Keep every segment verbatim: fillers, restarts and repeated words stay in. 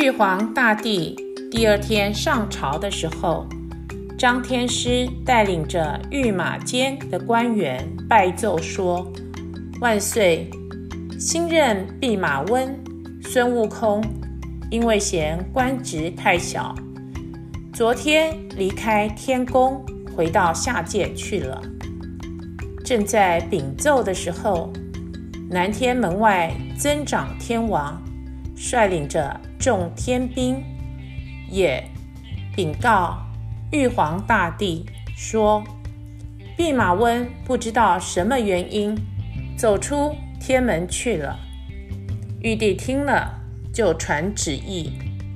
玉皇大帝第二天上朝的时候，张天师带领着御马监的官员拜奏说：万岁！新任弼马温孙悟空因为嫌官职太小，昨天离开天宫回到下界去了。正在禀奏的时候，南天门外增长天王率领着众天兵也禀告玉皇大帝说，弼马温不知道什么原因走出天门去了。玉帝听了就传旨意，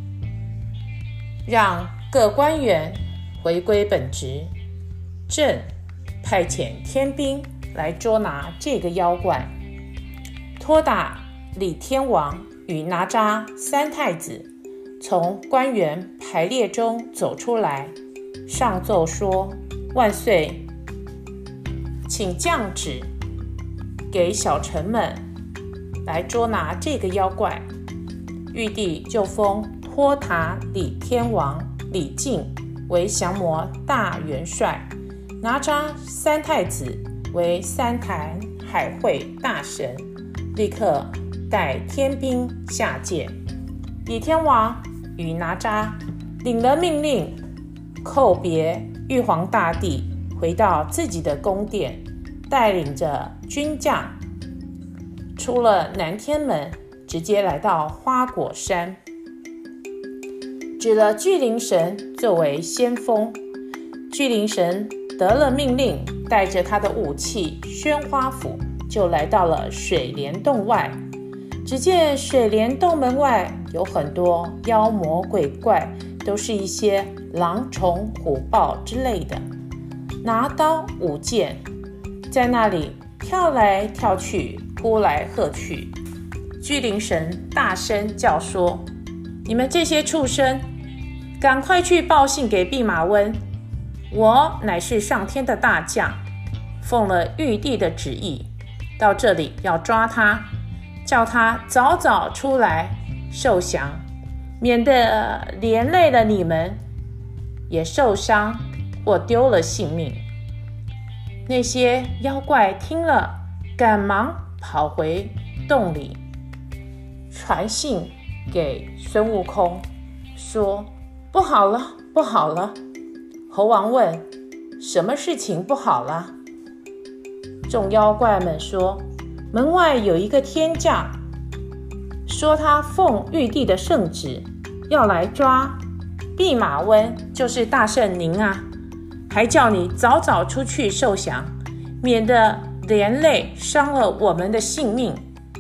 让各官员回归本职，朕派遣天兵来捉拿这个妖怪，托打李天王与哪吒三太子从官员排列中走出来，上奏说：万岁，请降旨给小臣们来捉拿这个妖怪。玉帝就封托塔李天王李靖为降魔大元帅，哪吒三太子为三坛海会大神，立刻带天兵下界。李天王与哪吒领了命令，叩别玉皇大帝，回到自己的宫殿，带领着军将出了南天门，直接来到花果山，指了巨灵神作为先锋。巨灵神得了命令，带着他的武器宣花斧，就来到了水帘洞外。只见水帘洞门外有很多妖魔鬼怪，都是一些狼虫虎豹之类的，拿刀舞剑，在那里跳来跳去，呼来喝去。巨灵神大声叫说：你们这些畜生，赶快去报信给弼马温，我乃是上天的大将，奉了玉帝的旨意，到这里要抓他，叫他早早出来受降，免得连累了你们，也受伤或丢了性命。那些妖怪听了，赶忙跑回洞里，传信给孙悟空，说：不好了，不好了。猴王问：什么事情不好了？众妖怪们说：门外有一个天将，说他奉玉帝的圣旨要来抓弼马温，就是大圣您啊，还叫你早早出去受降，免得连累伤了我们的性命。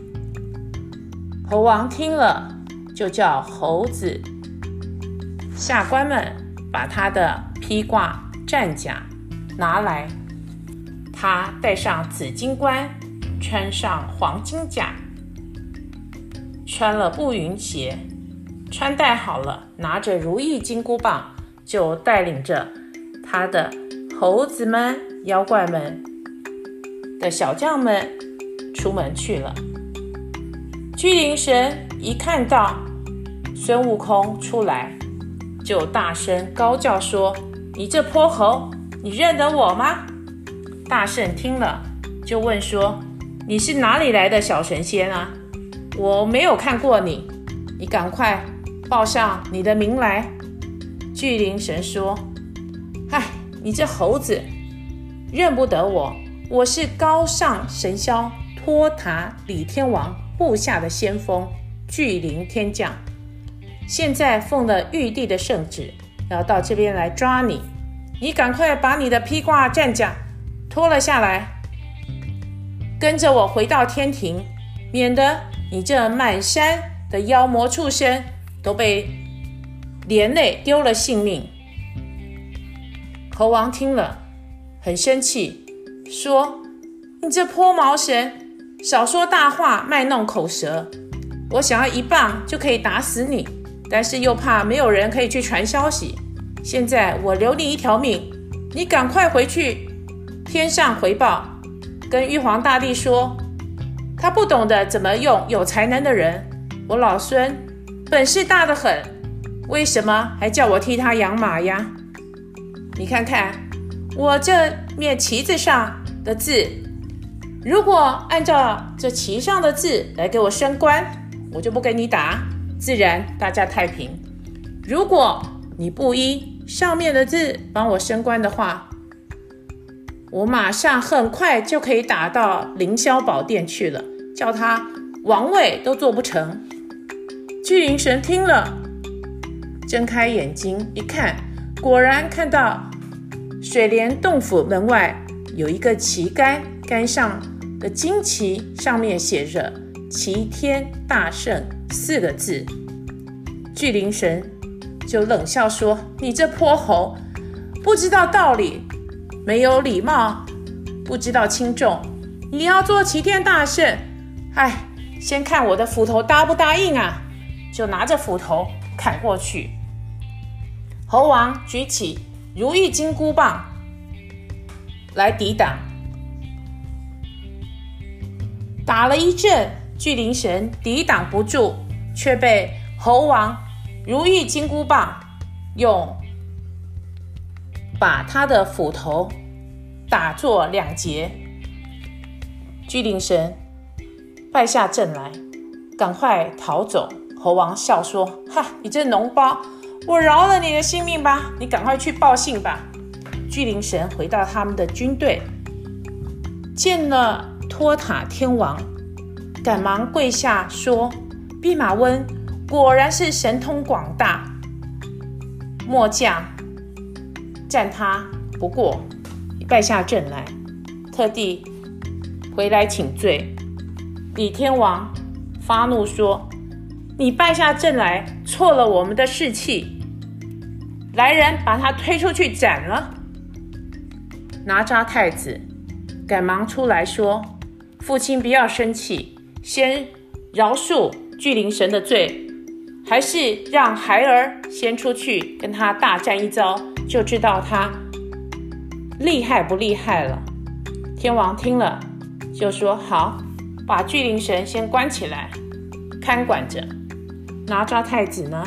猴王听了，就叫猴子下官们把他的披挂战甲拿来，他戴上紫金冠，穿上黄金甲，穿了步云鞋，穿戴好了，拿着如意金箍棒，就带领着他的猴子们、妖怪们的小将们出门去了。巨灵神一看到孙悟空出来，就大声高叫说：你这泼猴，你认得我吗？大圣听了就问说：你是哪里来的小神仙啊？我没有看过你，你赶快报上你的名来。巨灵神说：嗨，你这猴子认不得我，我是高尚神霄托塔李天王部下的先锋巨灵天将，现在奉了玉帝的圣旨，要到这边来抓你，你赶快把你的披挂战甲脱了下来，跟着我回到天庭，免得你这满山的妖魔畜生都被连累丢了性命。猴王听了很生气，说：你这泼毛神，少说大话，卖弄口舌，我想要一棒就可以打死你，但是又怕没有人可以去传消息，现在我留你一条命，你赶快回去天上回报，跟玉皇大帝说，他不懂得怎么用有才能的人，我老孙本事大得很，为什么还叫我替他养马呀？你看看我这面旗子上的字，如果按照这旗上的字来给我升官，我就不跟你打，自然大家太平。如果你不依上面的字帮我升官的话，我马上很快就可以打到凌霄宝殿去了，叫他王位都做不成。巨灵神听了，睁开眼睛一看，果然看到水帘洞府门外有一个旗杆，杆上的旌旗上面写着齐天大圣四个字。巨灵神就冷笑说，你这泼猴，不知道道理，没有礼貌，不知道轻重，你要做齐天大圣，哎，先看我的斧头答不答应啊！就拿着斧头砍过去。猴王举起如意金箍棒来抵挡，打了一阵，巨灵神抵挡不住，却被猴王如意金箍棒用把他的斧头打作两截。巨灵神败下阵来，赶快逃走。猴王笑说，哈，你这脓包，我饶了你的性命吧，你赶快去报信吧。巨灵神回到他们的军队，见了托塔天王，赶忙跪下说，弼马温果然是神通广大，末将战他不过，败下阵来，特地回来请罪。李天王发怒说，你败下阵来，挫了我们的士气，来人把他推出去斩了。哪吒太子赶忙出来说，父亲不要生气，先饶恕巨灵神的罪，还是让孩儿先出去跟他大战一遭，就知道他厉害不厉害了。天王听了就说，好，把巨灵神先关起来看管着。哪吒太子呢，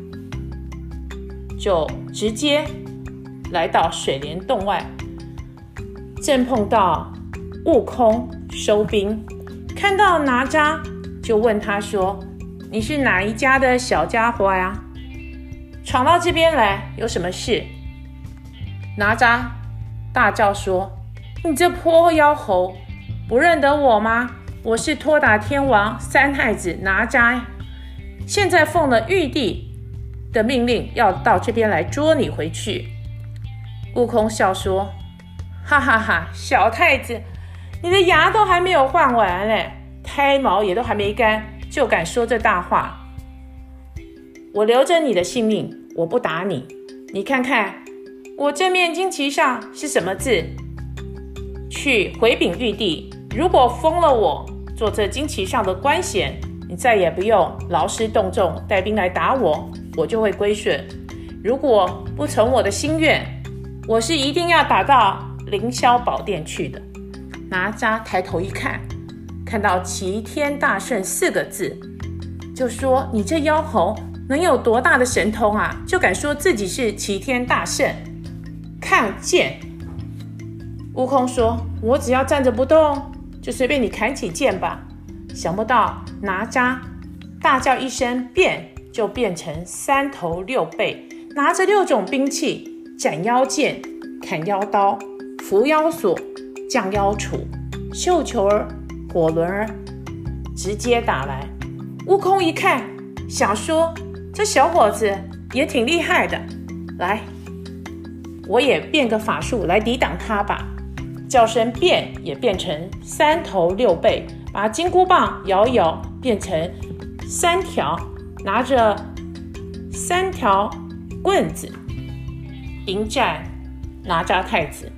就直接来到水帘洞外，正碰到悟空收兵，看到哪吒就问他说，你是哪一家的小家伙呀？闯到这边来有什么事？哪吒大叫说，你这泼妖猴，不认得我吗？我是托塔天王三太子哪吒，现在奉了玉帝的命令，要到这边来捉你回去。悟空笑说，哈哈哈，小太子，你的牙都还没有换完嘞，胎毛也都还没干，就敢说这大话。我留着你的性命，我不打你。你看看我这面旌旗上是什么字？去回禀玉帝，如果封了我做这旌旗上的官衔，你再也不用劳师动众带兵来打我，我就会归顺。如果不从我的心愿，我是一定要打到凌霄宝殿去的。哪吒抬头一看，看到齐天大圣四个字，就说，你这妖猴能有多大的神通啊，就敢说自己是齐天大圣？看剑。悟空说，我只要站着不动，就随便你砍起剑吧。想不到哪吒大叫一声变，就变成三头六臂，拿着六种兵器，斩妖剑、砍妖刀、伏妖索、降妖杵、绣球儿、火轮儿，直接打来。悟空一看，想说，这小伙子也挺厉害的，来，我也变个法术来抵挡他吧。叫声变也变成三头六臂，把金箍棒摇一摇，变成三条，拿着三条棍子迎战哪吒太子。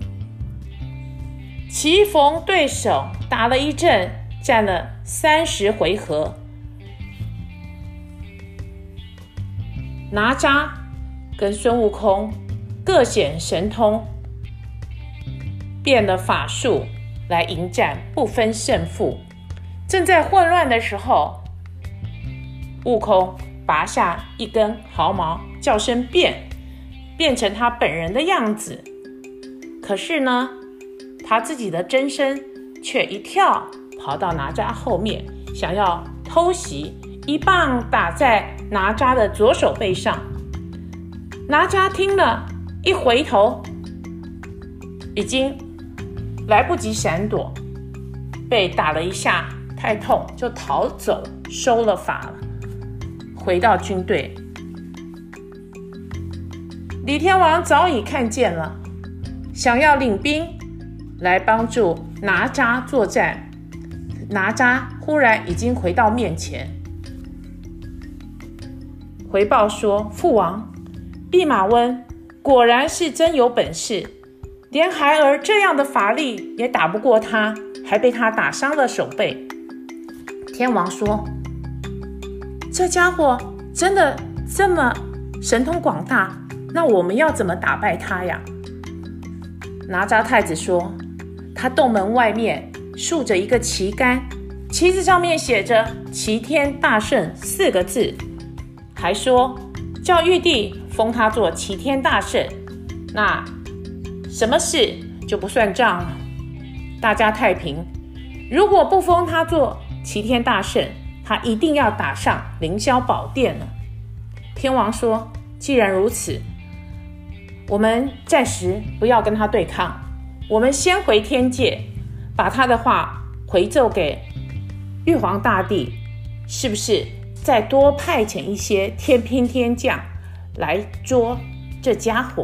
棋逢对手，打了一阵，战了三十回合。哪吒跟孙悟空各显神通，变了法术来迎战，不分胜负。正在混乱的时候，悟空拔下一根毫毛，叫声变，变成他本人的样子。可是呢，他自己的真身却一跳跑到哪吒后面，想要偷袭，一棒打在哪吒的左手背上。哪吒听了，一回头，已经来不及闪躲，被打了一下，太痛，就逃走，收了法了，回到军队。李天王早已看见了，想要领兵来帮助哪吒作战。哪吒忽然已经回到面前，回报说：父王，弼马温果然是真有本事，连孩儿这样的法力也打不过他，还被他打伤了手背。天王说：这家伙真的这么神通广大，那我们要怎么打败他呀？哪吒太子说：他洞门外面竖着一个旗杆，旗子上面写着齐天大圣四个字，还说叫玉帝封他做齐天大圣，那什么事就不算账了，大家太平。如果不封他做齐天大圣，他一定要打上凌霄宝殿了。天王说：既然如此，我们暂时不要跟他对抗，我们先回天界，把他的话回奏给玉皇大帝，是不是再多派遣一些天兵天将来捉这家伙？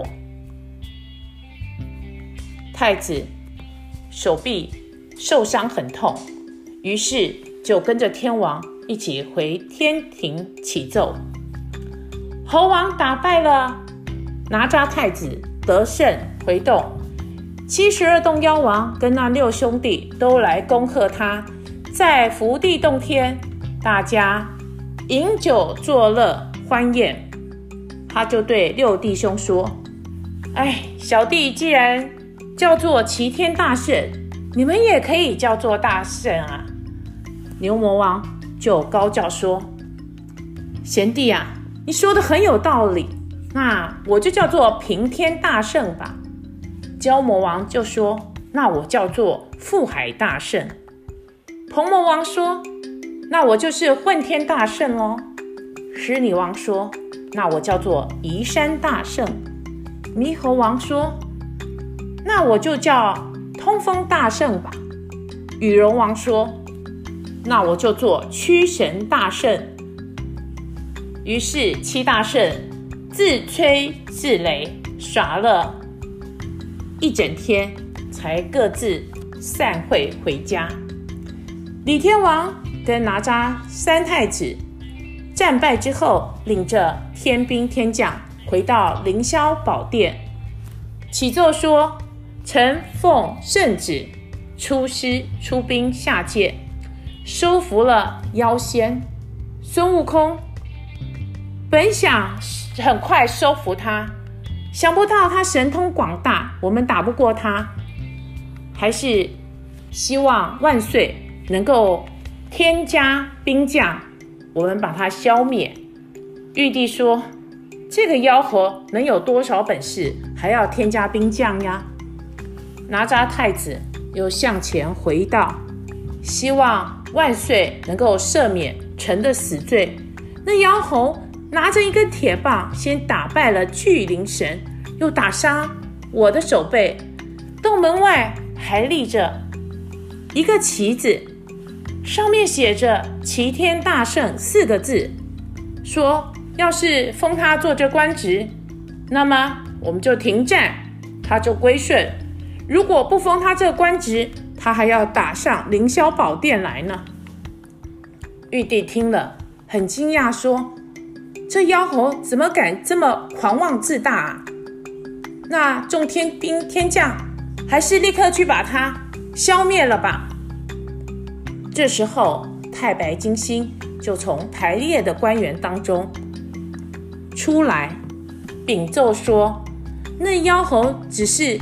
太子手臂受伤很痛，于是就跟着天王一起回天庭启奏。猴王打败了哪吒太子，得胜回洞，七十二洞妖王跟那六兄弟都来恭贺他，在福地洞天，大家饮酒作乐欢宴。他就对六弟兄说：哎，小弟既然叫做齐天大圣，你们也可以叫做大圣啊。牛魔王就高叫说：贤弟啊，你说的很有道理，那我就叫做平天大圣吧。蛟魔王就说：那我叫做覆海大圣。鹏魔王说：那我就是混天大圣哦。狮女王说：那我叫做移山大圣。猕猴王说：那我就叫通风大圣吧。羽绒王说：那我就做驱神大圣。于是七大圣自吹自擂，耍了一整天，才各自散会回家。李天王跟哪吒三太子战败之后，领着天兵天将回到凌霄宝殿，启奏说：臣奉圣旨，出师出兵下界，收服了妖仙孙悟空。本想很快收服他，想不到他神通广大，我们打不过他，还是希望万岁能够添加兵将，我们把他消灭。玉帝说：这个妖猴能有多少本事，还要添加兵将呀？哪吒太子又向前回道，希望万岁能够赦免臣的死罪。那妖猴拿着一根铁棒，先打败了巨灵神，又打伤我的手背。洞门外还立着一个旗子，上面写着齐天大圣四个字，说要是封他做这官职，那么我们就停战，他就归顺。如果不封他这官职，他还要打上凌霄宝殿来呢。玉帝听了很惊讶，说：这妖猴怎么敢这么狂妄自大啊？那众天兵天将还是立刻去把他消灭了吧。这时候太白金星就从排列的官员当中出来，禀奏说：那妖猴只是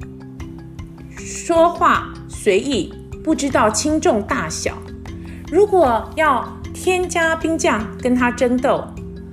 说话随意，不知道轻重大小，如果要添加兵将跟他争斗，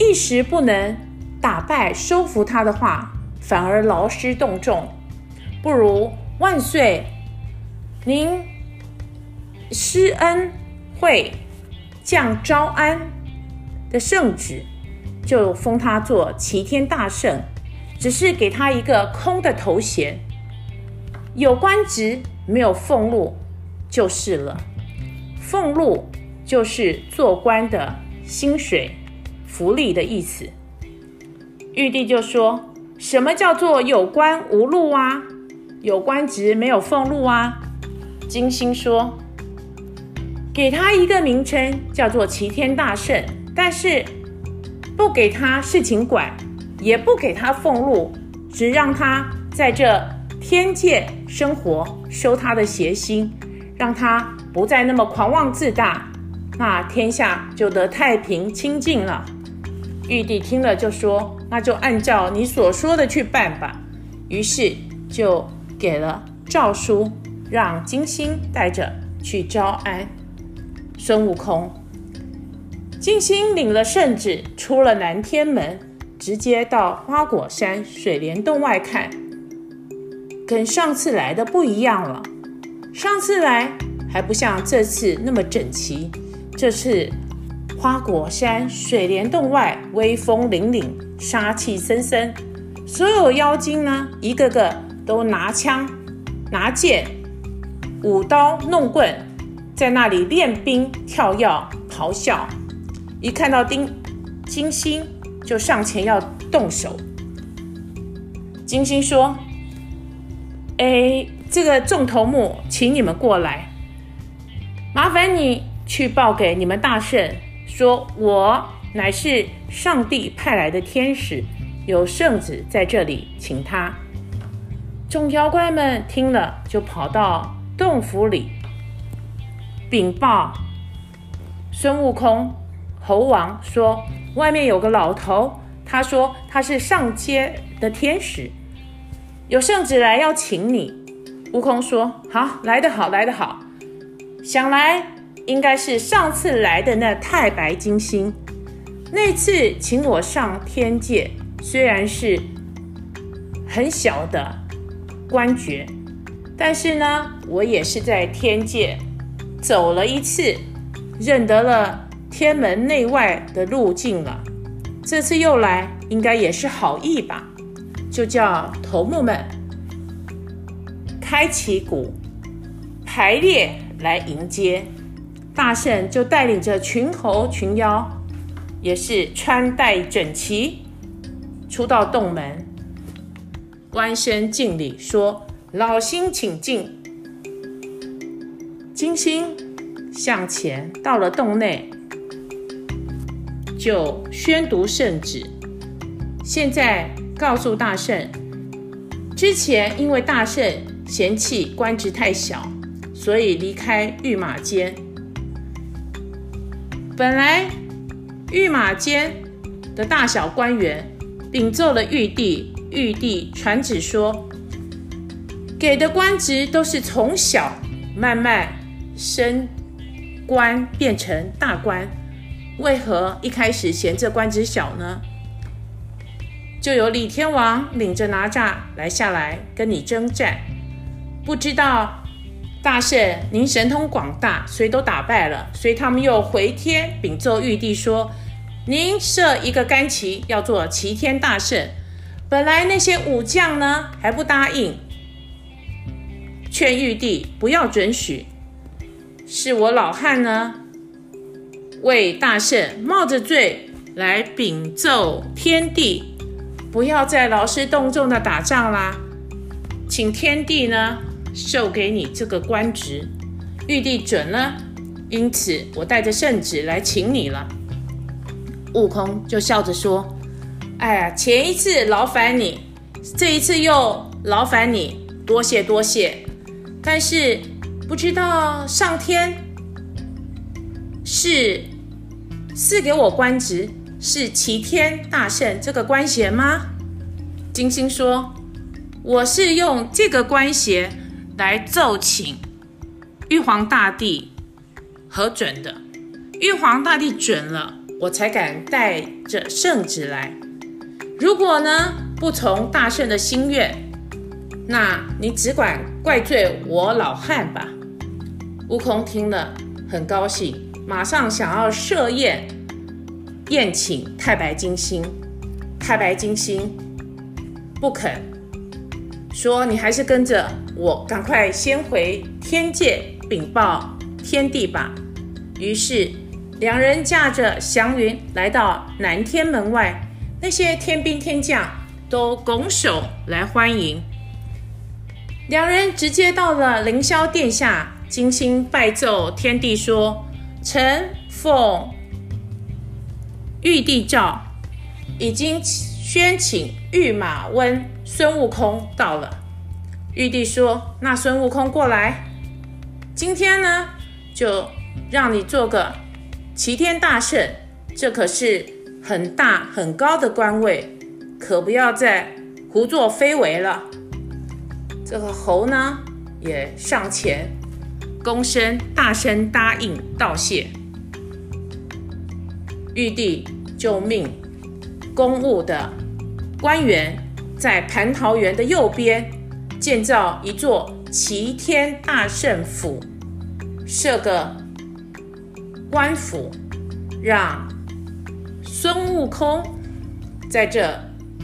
一时不能打败收服他的话，反而劳师动众，不如万岁您施恩惠降招安的圣旨，就封他做齐天大圣，只是给他一个空的头衔，有官职没有俸禄就是了。俸禄就是做官的薪水福利的意思。玉帝就说，什么叫做有官无禄啊？有官职没有俸禄啊？金星说，给他一个名称叫做齐天大圣，但是不给他事情管，也不给他俸禄，只让他在这天界生活，收他的邪心，让他不再那么狂妄自大，那天下就得太平清净了。玉帝听了就说，那就按照你所说的去办吧。于是就给了诏书，让金星带着去招安孙悟空。金星领了圣旨，出了南天门，直接到花果山水帘洞外看，跟上次来的不一样了。上次来还不像这次那么整齐，这次花果山水帘洞外威风凛凛，杀气森森，所有妖精呢，一个个都拿枪拿剑舞刀弄棍，在那里练兵跳跃咆哮。一看到丁金星就上前要动手。金星说，哎，这个众头目请你们过来，麻烦你去报给你们大圣，说我乃是上帝派来的天使，有圣旨在这里，请他。众妖怪们听了，就跑到洞府里禀报孙悟空。猴王说，外面有个老头，他说他是上阶的天使，有圣旨来要请你。悟空说，好，来得好，来得好，想来应该是上次来的那太白金星，那次请我上天界，虽然是很小的官爵，但是呢，我也是在天界走了一次，认得了天门内外的路径了。这次又来，应该也是好意吧？就叫头目们开旗鼓，排列来迎接。大圣就带领着群猴群妖，也是穿戴整齐，出到洞门，弯身敬礼，说：“老星请进。”金星向前到了洞内，就宣读圣旨。现在告诉大圣，之前因为大圣嫌弃官职太小，所以离开御马监。本来御马监的大小官员禀奏了玉帝，玉帝传旨说，给的官职都是从小慢慢升官变成大官，为何一开始嫌这官职小呢？就由李天王领着哪吒来下来跟你征战，不知道大圣您神通广大，谁都打败了，所以他们又回天禀奏玉帝说，您设一个干旗要做齐天大圣。本来那些武将呢还不答应，劝玉帝不要准许，是我老汉呢为大圣冒着罪来禀奏天地，不要再劳师动众的打仗啦，请天帝呢授给你这个官职。玉帝准了，因此我带着圣旨来请你了。悟空就笑着说，哎呀，前一次劳烦你，这一次又劳烦你，多谢多谢。但是不知道上天是赐给我官职，是齐天大圣这个官衔吗？金星说，我是用这个官衔来奏请玉皇大帝核准的，玉皇大帝准了， 我才敢带着圣旨来。如果呢不从大圣的心愿，那你只管怪罪我老汉吧。悟空听了很高兴，马上想要设宴宴请太白金星。太白金星不肯，说你还是跟着我，赶快先回天界禀报天帝吧。于是两人驾着祥云来到南天门外，那些天兵天将都拱手来欢迎。两人直接到了凌霄殿下，金星拜奏天帝说：臣奉玉帝诏，已经宣请御马温孙悟空到了。玉帝说：那孙悟空过来，今天呢就让你做个齐天大圣，这可是很大很高的官位，可不要再胡作非为了。这个猴呢也上前躬身大声答应道谢。玉帝就命公务的官员在蟠桃园的右边建造一座齐天大圣府，设个官府，让孙悟空在这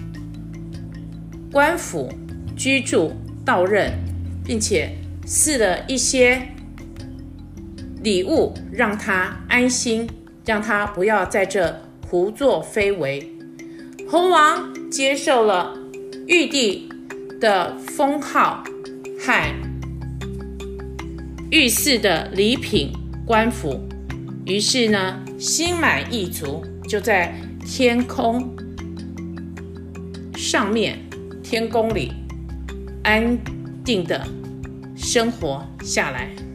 官府居住到任，并且赐了一些礼物让他安心，让他不要在这胡作非为。猴王接受了玉帝的封号和御赐的礼品官府，于是呢心满意足，就在天空上面天宫里安定的生活下来。